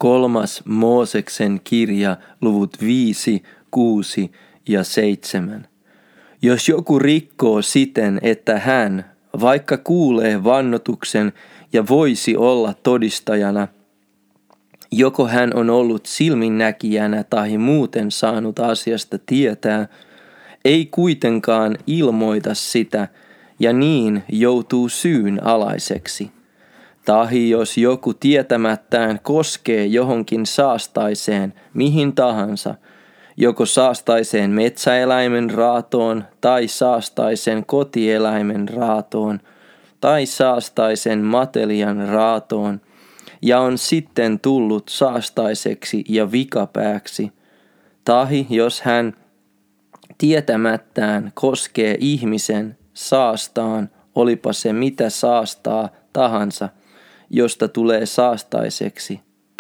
3. Mooseksen kirja, luvut 5, 6 ja 7. Jos joku rikkoo siten, että hän, vaikka kuulee vannotuksen ja voisi olla todistajana, joko hän on ollut silminnäkijänä tai muuten saanut asiasta tietää, ei kuitenkaan ilmoita sitä ja niin joutuu syyn alaiseksi. Tahi jos joku tietämättään koskee johonkin saastaiseen mihin tahansa, joko saastaiseen metsäeläimen raatoon tai saastaisen kotieläimen raatoon tai saastaisen matelijan raatoon, ja on sitten tullut saastaiseksi ja vikapääksi, tahi jos hän tietämättään koskee ihmisen saastaan, olipa se mitä saastaa tahansa, josta tulee saastaiseksi,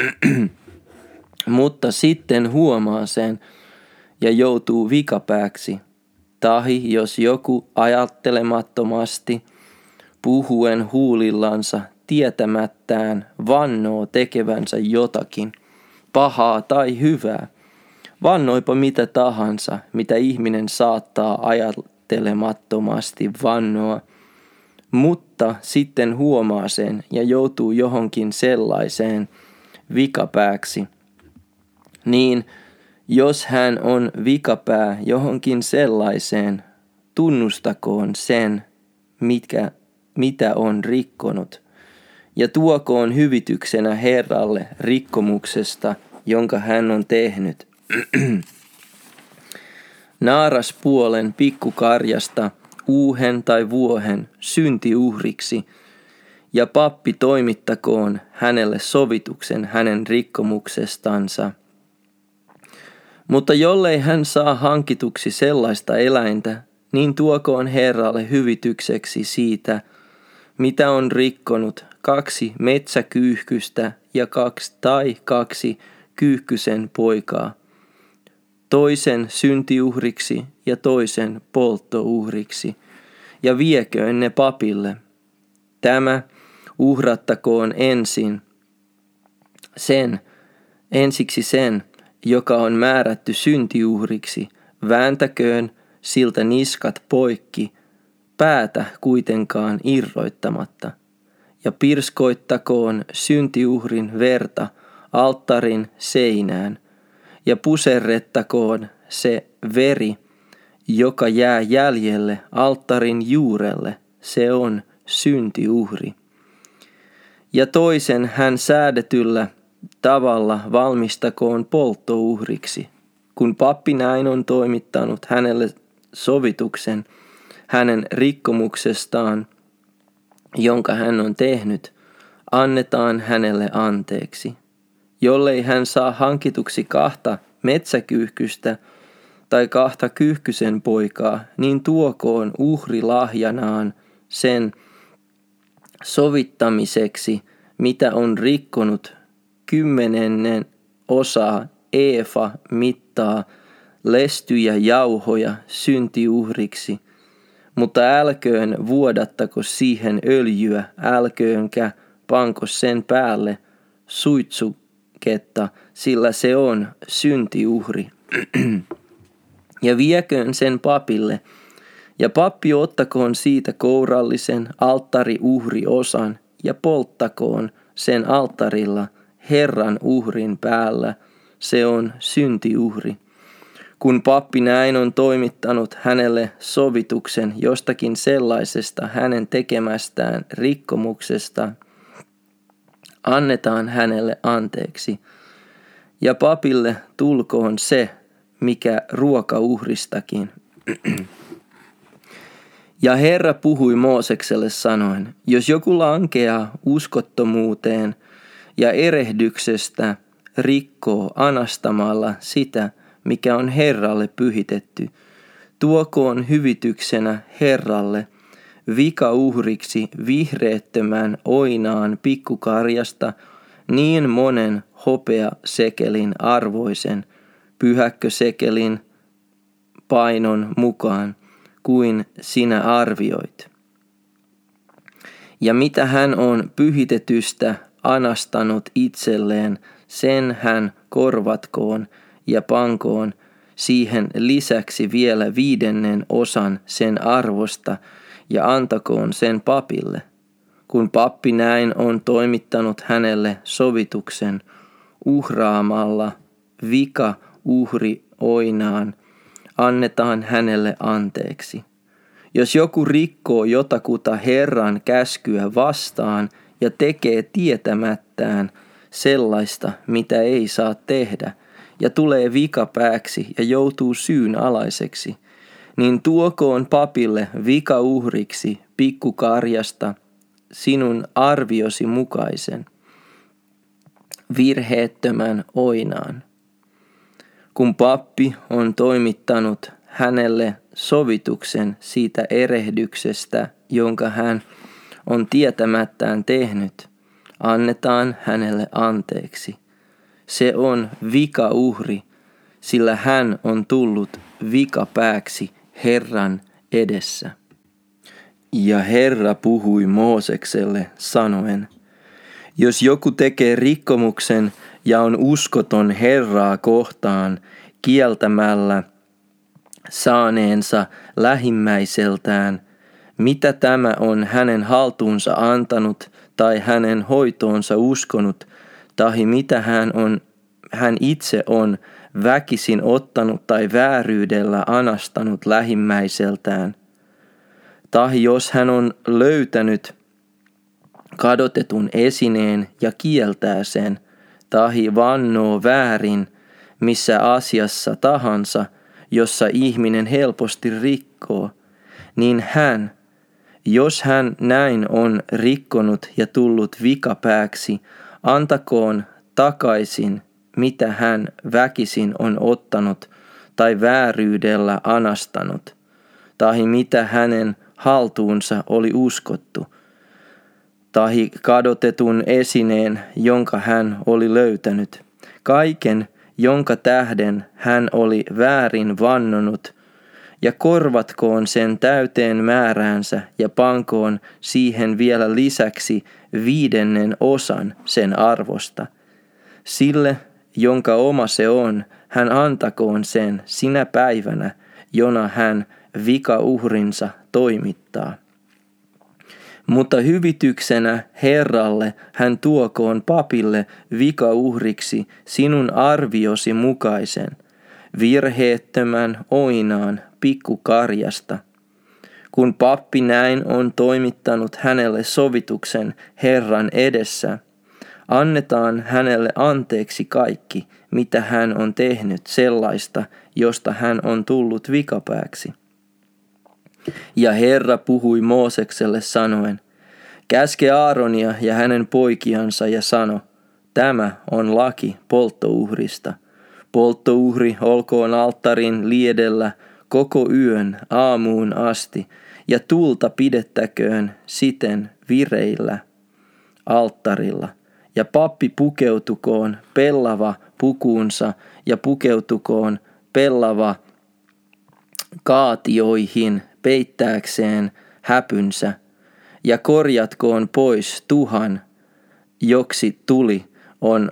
mutta sitten huomaa sen ja joutuu vikapääksi, tahi jos joku ajattelemattomasti puhuen huulillansa tietämättään vannoo tekevänsä jotakin, pahaa tai hyvää, vannoipa mitä tahansa, mitä ihminen saattaa ajattelemattomasti vannoa, mutta sitten huomaa sen ja joutuu johonkin sellaiseen vikapääksi. Niin, jos hän on vikapää johonkin sellaiseen, tunnustakoon sen, mitä on rikkonut, ja tuokoon hyvityksenä Herralle rikkomuksesta, jonka hän on tehnyt. Naaraspuolen pikkukarjasta uuhen tai vuohen syntiuhriksi, ja pappi toimittakoon hänelle sovituksen hänen rikkomuksestansa. Mutta jollei hän saa hankituksi sellaista eläintä, niin tuokoon Herralle hyvitykseksi siitä, mitä on rikkonut, 2 metsäkyyhkystä ja 2 kyyhkysen poikaa, toisen syntiuhriksi ja toisen polttouhriksi, ja vieköön ne papille. Tämä uhrattakoon ensiksi sen, joka on määrätty syntiuhriksi, vääntäköön siltä niskat poikki, päätä kuitenkaan irroittamatta, ja pirskoittakoon syntiuhrin verta alttarin seinään, ja puserrettakoon se veri, joka jää jäljelle alttarin juurelle, se on syntiuhri. Ja toisen hän säädetyllä tavalla valmistakoon polttouhriksi, kun pappi näin on toimittanut hänelle sovituksen hänen rikkomuksestaan, jonka hän on tehnyt, annetaan hänelle anteeksi. Jollei hän saa hankituksi 2 metsäkyyhkystä tai 2 kyyhkysen poikaa, niin tuokoon uhrilahjanaan sen sovittamiseksi, mitä on rikkonut 10 osaa eefa mittaa lestyjä jauhoja syntiuhriksi, mutta älköön vuodattako siihen öljyä, älköönkä panko sen päälle suitsuketta, sillä se on syntiuhri. Ja vieköön sen papille, ja pappi ottakoon siitä kourallisen alttariuhriosan ja polttakoon sen alttarilla Herran uhrin päällä, se on syntiuhri. Kun pappi näin on toimittanut hänelle sovituksen jostakin sellaisesta hänen tekemästään rikkomuksesta, annetaan hänelle anteeksi. Ja papille tulkoon se, mikä ruokauhristakin. Ja Herra puhui Moosekselle sanoen, jos joku lankeaa uskottomuuteen ja erehdyksestä rikkoo anastamalla sitä, mikä on Herralle pyhitetty, tuokoon hyvityksenä Herralle vikauhriksi vihreättömän oinaan pikkukarjasta niin monen hopeasekelin arvoisen pyhäkkösekelin painon mukaan kuin sinä arvioit. Ja mitä hän on pyhitetystä anastanut itselleen, sen hän korvatkoon ja pankoon siihen lisäksi vielä 5% sen arvosta ja antakoon sen papille. Kun pappi näin on toimittanut hänelle sovituksen uhraamalla vika uhri oinaan, annetaan hänelle anteeksi. Jos joku rikkoo jotakuta Herran käskyä vastaan ja tekee tietämättään sellaista, mitä ei saa tehdä, ja tulee vikapääksi ja joutuu syyn alaiseksi, niin tuokoon papille vikauhriksi pikkukarjasta sinun arviosi mukaisen, virheettömän oinaan. Kun pappi on toimittanut hänelle sovituksen siitä erehdyksestä, jonka hän on tietämättään tehnyt, annetaan hänelle anteeksi. Se on vikauhri, sillä hän on tullut vikapääksi Herran edessä. Ja Herra puhui Moosekselle sanoen, jos joku tekee rikkomuksen ja on uskoton Herraa kohtaan kieltämällä saaneensa lähimmäiseltään, mitä tämä on hänen haltuunsa antanut tai hänen hoitoonsa uskonut, tahi mitä hän itse on väkisin ottanut tai vääryydellä anastanut lähimmäiseltään. Tahi jos hän on löytänyt kadotetun esineen ja kieltää sen, tahi vannoo väärin missä asiassa tahansa, jossa ihminen helposti rikkoo, niin jos hän näin on rikkonut ja tullut vikapääksi, antakoon takaisin, mitä hän väkisin on ottanut tai vääryydellä anastanut, tahi mitä hänen haltuunsa oli uskottu, tahi kadotetun esineen, jonka hän oli löytänyt, kaiken, jonka tähden hän oli väärin vannonut, ja korvatkoon sen täyteen määräänsä ja pankoon siihen vielä lisäksi 5% sen arvosta. Sille, jonka oma se on, hän antakoon sen sinä päivänä, jona hän vikauhrinsa toimittaa. Mutta hyvityksenä Herralle hän tuokoon papille vikauhriksi sinun arviosi mukaisen, virheettömän oinaan pikkukarjasta. Kun pappi näin on toimittanut hänelle sovituksen Herran edessä, annetaan hänelle anteeksi kaikki, mitä hän on tehnyt sellaista, josta hän on tullut vikapääksi. Ja Herra puhui Moosekselle sanoen, käske Aaronia ja hänen poikiansa ja sano, tämä on laki polttouhrista. Polttouhri olkoon alttarin liedellä koko yön aamuun asti, ja tulta pidettäköön siten vireillä alttarilla. Ja pappi pukeutukoon pellava pukuunsa ja pukeutukoon pellava kaatioihin peittääkseen häpynsä, ja korjatkoon pois tuhan, joksi tuli on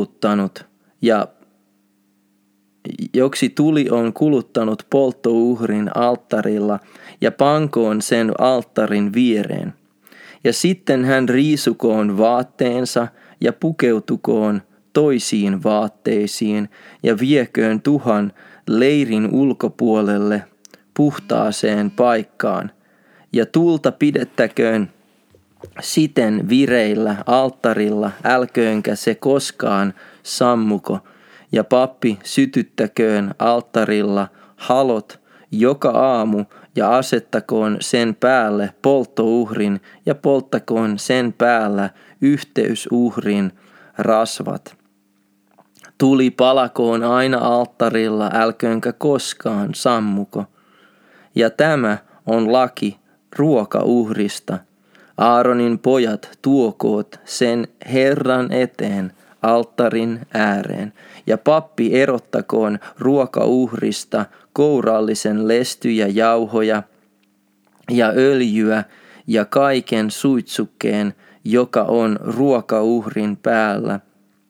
kuluttanut polttouhrin alttarilla, ja pankoon sen alttarin viereen. Ja sitten hän riisukoon vaatteensa ja pukeutukoon toisiin vaatteisiin ja vieköön tuhan leirin ulkopuolelle puhtaaseen paikkaan. Ja tulta pidettäköön siten vireillä alttarilla, älköönkä se koskaan sammuko. Ja pappi sytyttäköön alttarilla halot joka aamu ja asettakoon sen päälle polttouhrin ja polttakoon sen päällä yhteysuhrin rasvat. Tuli palakoon aina alttarilla, älköönkä koskaan sammuko. Ja tämä on laki ruokauhrista. Aaronin pojat tuokoot sen Herran eteen alttarin ääreen, ja pappi erottakoon ruokauhrista kourallisen lestyjä jauhoja ja öljyä ja kaiken suitsukkeen, joka on ruokauhrin päällä,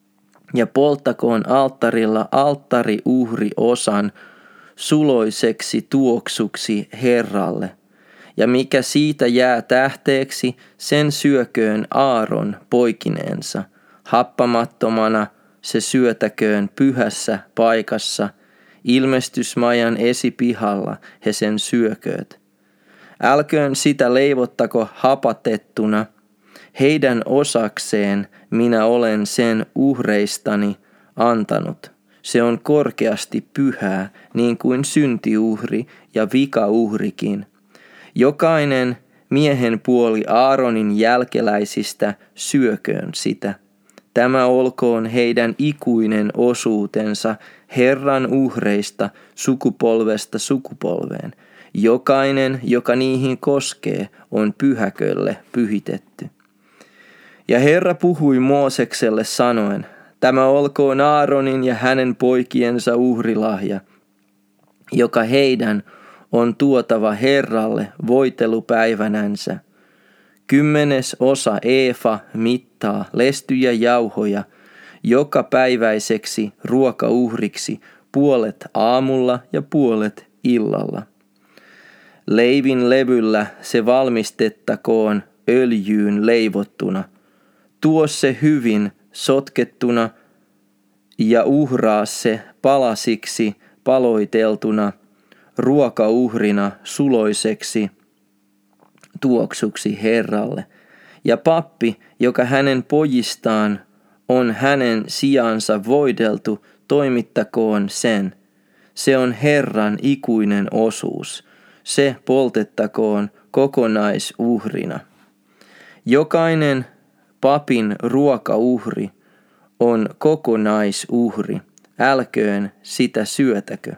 ja polttakoon alttarilla alttariuhriosan suloiseksi tuoksuksi Herralle. Ja mikä siitä jää tähteeksi, sen syököön Aaron poikineensa. Happamattomana se syötäköön pyhässä paikassa, ilmestysmajan esipihalla he sen syökööt. Älköön sitä leivottako hapatettuna, heidän osakseen minä olen sen uhreistani antanut. Se on korkeasti pyhää, niin kuin syntiuhri ja vikauhrikin. Jokainen miehen puoli Aaronin jälkeläisistä syököön sitä. Tämä olkoon heidän ikuinen osuutensa Herran uhreista sukupolvesta sukupolveen. Jokainen, joka niihin koskee, on pyhäkölle pyhitetty. Ja Herra puhui Moosekselle sanoen, tämä olkoon Aaronin ja hänen poikiensa uhrilahja, joka heidän on tuotava Herralle voitelupäivänänsä. 10% eefa mittaa lestyjä jauhoja, joka päiväiseksi ruokauhriksi, puolet aamulla ja puolet illalla. Leivin levyllä se valmistettakoon öljyyn leivottuna. Tuo se hyvin sotkettuna ja uhraa se palasiksi paloiteltuna ruokauhrina suloiseksi tuoksuksi Herralle. Ja pappi, joka hänen pojistaan on hänen sijansa voideltu, toimittakoon sen. Se on Herran ikuinen osuus. Se poltettakoon kokonaisuhrina. Jokainen papin ruokauhri on kokonaisuhri. Älköön sitä syötäkö.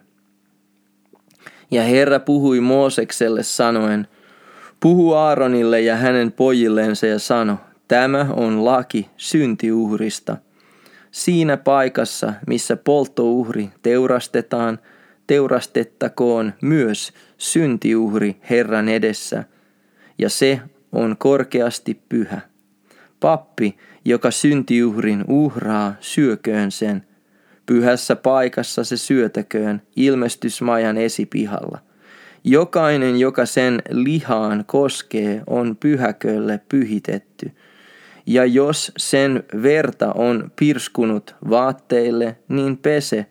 Ja Herra puhui Moosekselle sanoen, puhu Aaronille ja hänen pojillensa ja sano, tämä on laki syntiuhrista. Siinä paikassa, missä polttouhri teurastetaan, teurastettakoon myös syntiuhri Herran edessä, ja se on korkeasti pyhä. Pappi, joka syntiuhrin uhraa, syököön sen. Pyhässä paikassa se syötäköön ilmestysmajan esipihalla. Jokainen, joka sen lihaan koskee, on pyhäkölle pyhitetty. Ja jos sen verta on pirskunut vaatteille, niin pese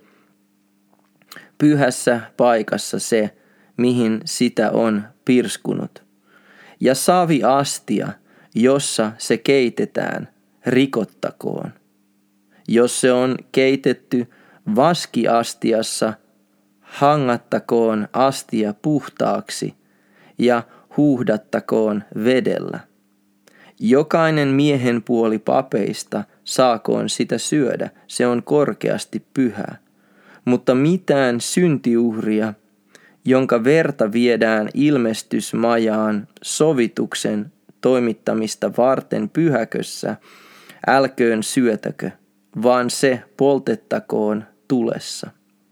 pyhässä paikassa se, mihin sitä on pirskunut. Ja saviastia, jossa se keitetään, rikottakoon. Jos se on keitetty vaskiastiassa, hangattakoon astia puhtaaksi ja huuhdattakoon vedellä. Jokainen miehen puoli papeista saakoon sitä syödä, se on korkeasti pyhää. Mutta mitään syntiuhria, jonka verta viedään ilmestysmajaan sovituksen toimittamista varten pyhäkössä, älköön syötäkö, vaan se poltettakoon tulessa.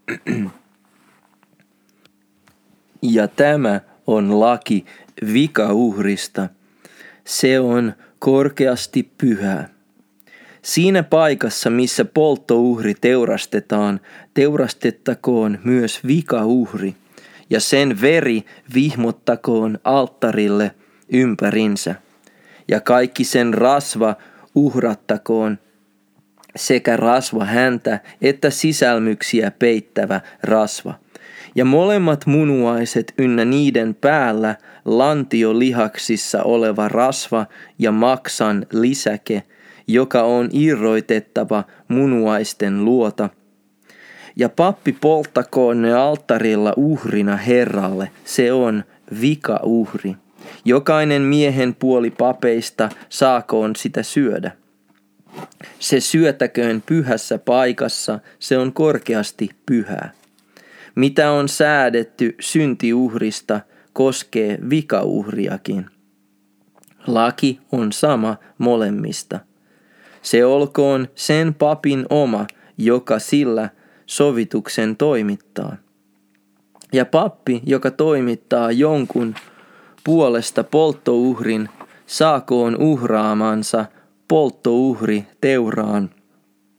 Ja tämä on laki vikauhrista. Se on korkeasti pyhää. Siinä paikassa, missä polttouhri teurastetaan, teurastettakoon myös vikauhri, ja sen veri vihmottakoon alttarille ympärinsä. Ja kaikki sen rasva uhrattakoon, sekä rasva häntä että sisälmyksiä peittävä rasva. Ja molemmat munuaiset ynnä niiden päällä lantiolihaksissa oleva rasva ja maksan lisäke, joka on irroitettava munuaisten luota. Ja pappi polttakoon ne alttarilla uhrina Herralle, se on vikauhri. Jokainen miehen puoli papeista saakoon sitä syödä. Se syötäköön pyhässä paikassa, se on korkeasti pyhää. Mitä on säädetty syntiuhrista, koskee vikauhriakin. Laki on sama molemmista. Se olkoon sen papin oma, joka sillä sovituksen toimittaa. Ja pappi, joka toimittaa jonkun puolesta polttouhrin, saakoon uhraamansa polttouhri teuraan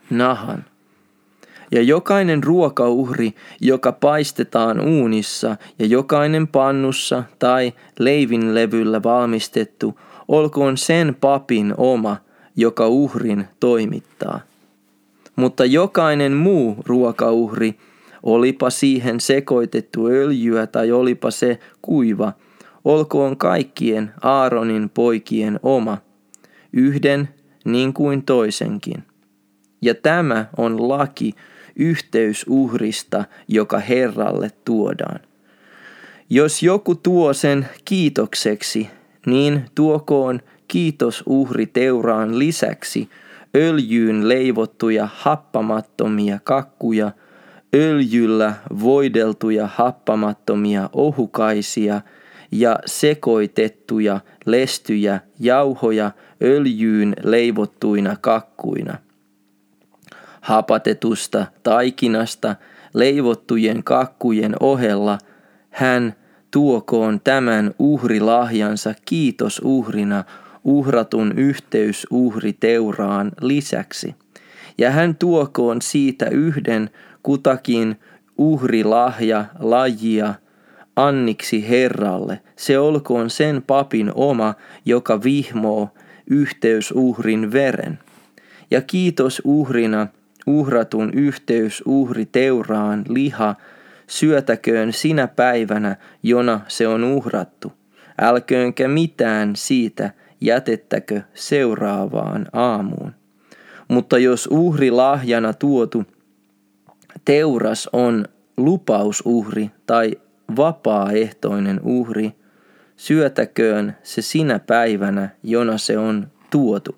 nahan. Ja jokainen ruokauhri, joka paistetaan uunissa, ja jokainen pannussa tai leivinlevyllä valmistettu, olkoon sen papin oma, joka uhrin toimittaa. Mutta jokainen muu ruokauhri, olipa siihen sekoitettu öljyä tai olipa se kuiva, olkoon kaikkien Aaronin poikien oma, yhden niin kuin toisenkin. Ja tämä on laki yhteysuhrista, joka Herralle tuodaan. Jos joku tuo sen kiitokseksi, niin tuokoon kiitosuhri teuraan lisäksi öljyyn leivottuja happamattomia kakkuja, öljyllä voideltuja happamattomia ohukaisia ja sekoitettuja lestyjä jauhoja öljyyn leivottuina kakkuina. Hapatetusta taikinasta leivottujen kakkujen ohella hän tuokoon tämän uhrilahjansa kiitosuhrina uhratun yhteysuhri teuraan lisäksi. Ja hän tuokoon siitä yhden kutakin uhrilahja lajia anniksi Herralle. Se olkoon sen papin oma, joka vihmoo yhteysuhrin veren. Ja kiitosuhrina uhratun yhteysuhri teuraan liha syötäköön sinä päivänä, jona se on uhrattu. Älköönkä mitään siitä jätettäkö seuraavaan aamuun. Mutta jos uhrilahjana tuotu teuras on lupausuhri tai vapaaehtoinen uhri, syötäköön se sinä päivänä, jona se on tuotu.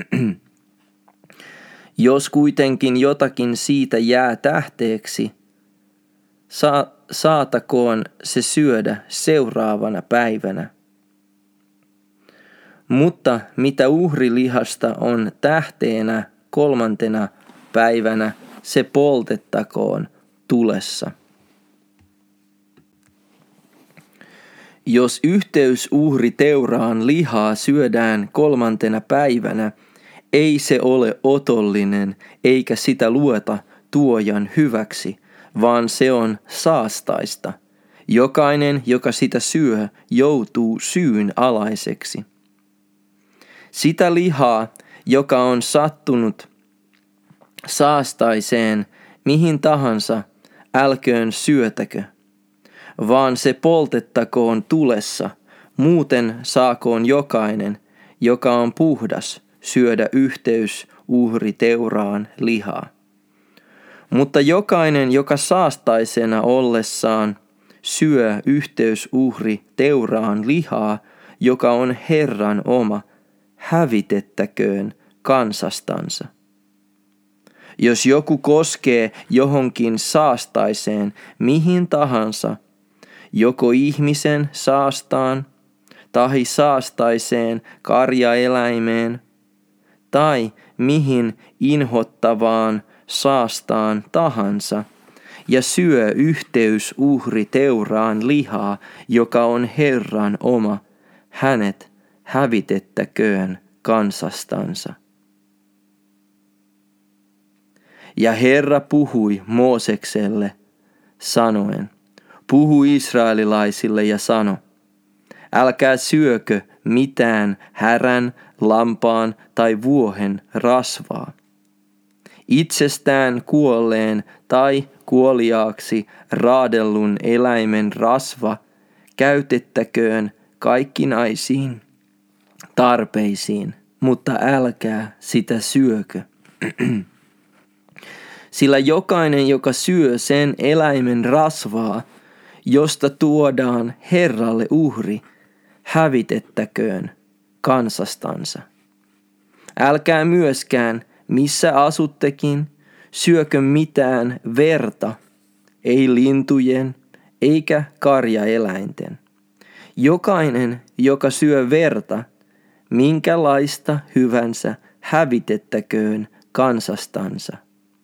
Jos kuitenkin jotakin siitä jää tähteeksi, saatakoon se syödä seuraavana päivänä. Mutta mitä uhrilihasta on tähteenä 3. päivänä, se poltettakoon tulessa. Jos yhteysuhri teuraan lihaa syödään 3. päivänä, ei se ole otollinen eikä sitä lueta tuojan hyväksi, vaan se on saastaista. Jokainen, joka sitä syö, joutuu syyn alaiseksi. Sitä lihaa, joka on sattunut saastaiseen mihin tahansa, älköön syötäkö, vaan se poltettakoon tulessa, muuten saakoon jokainen, joka on puhdas, syödä yhteysuhri teuraan lihaa. Mutta jokainen, joka saastaisena ollessaan syö yhteysuhri teuraan lihaa, joka on Herran oma, hävitettäköön kansastansa. Jos joku koskee johonkin saastaiseen mihin tahansa, joko ihmisen saastaan, tai saastaiseen karjaeläimeen, tai mihin inhottavaan saastaan tahansa, ja syö yhteysuhri teuraan lihaa, joka on Herran oma, hänet hävitettäköön kansastansa. Ja Herra puhui Moosekselle sanoen, puhu israelilaisille ja sano, älkää syökö mitään härän, lampaan tai vuohen rasvaa. Itsestään kuolleen tai kuoliaaksi raadellun eläimen rasva käytettäköön kaikkinaisiin tarpeisiin, mutta älkää sitä syökö. Sillä jokainen, joka syö sen eläimen rasvaa, josta tuodaan Herralle uhri, hävitettäköön kansastansa. Älkää myöskään, missä asuttekin, syökö mitään verta, ei lintujen eikä karjaeläinten. Jokainen, joka syö verta, minkälaista hyvänsä, hävitettäköön kansastansa.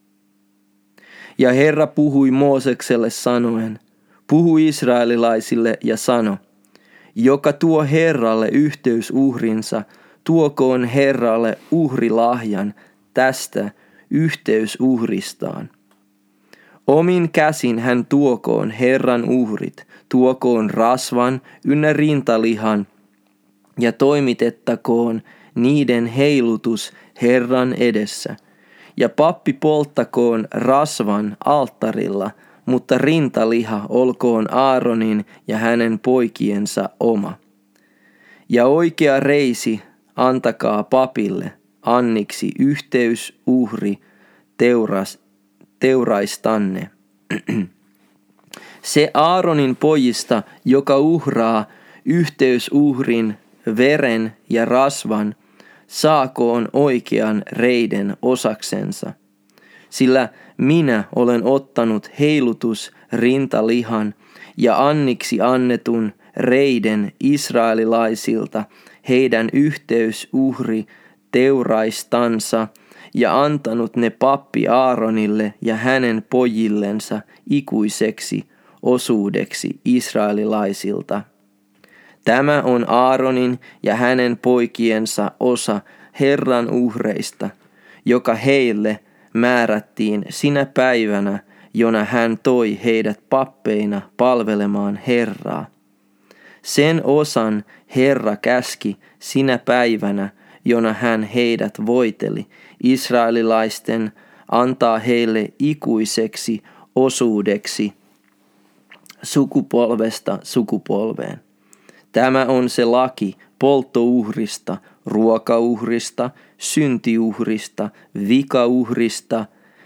Ja Herra puhui Moosekselle sanoen, puhu israelilaisille ja sano, joka tuo Herralle yhteysuhrinsa, tuokoon Herralle uhrilahjan tästä yhteysuhristaan. Omin käsin hän tuokoon Herran uhrit, tuokoon rasvan ynnä rintalihan ja toimitettakoon niiden heilutus Herran edessä. Ja pappi polttakoon rasvan alttarilla, mutta rintaliha olkoon Aaronin ja hänen poikiensa oma. Ja oikea reisi antakaa papille anniksi yhteysuhri teuraistanne. Se Aaronin pojista, joka uhraa yhteysuhrin veren ja rasvan, saakoon oikean reiden osaksensa. Sillä minä olen ottanut heilutus rintalihan ja anniksi annetun reiden israelilaisilta heidän yhteysuhri teuraistansa ja antanut ne pappi Aaronille ja hänen pojillensa ikuiseksi osuudeksi israelilaisilta. Tämä on Aaronin ja hänen poikiensa osa Herran uhreista, joka heille määrättiin sinä päivänä, jona hän toi heidät pappeina palvelemaan Herraa. Sen osan Herra käski sinä päivänä, jona hän heidät voiteli, israelilaisten antaa heille ikuiseksi osuudeksi sukupolvesta sukupolveen. Tämä on se laki polttouhrista, ruokauhrista, syntiuhrista, vikauhrista,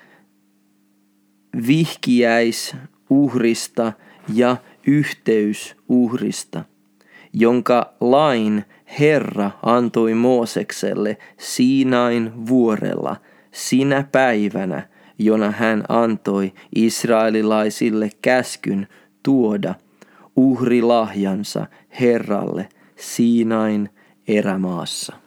vihkiäisuhrista ja yhteysuhrista, jonka lain Herra antoi Moosekselle Siinain vuorella sinä päivänä, jona hän antoi israelilaisille käskyn tuoda uhrilahjansa Herralle Siinain erämaassa.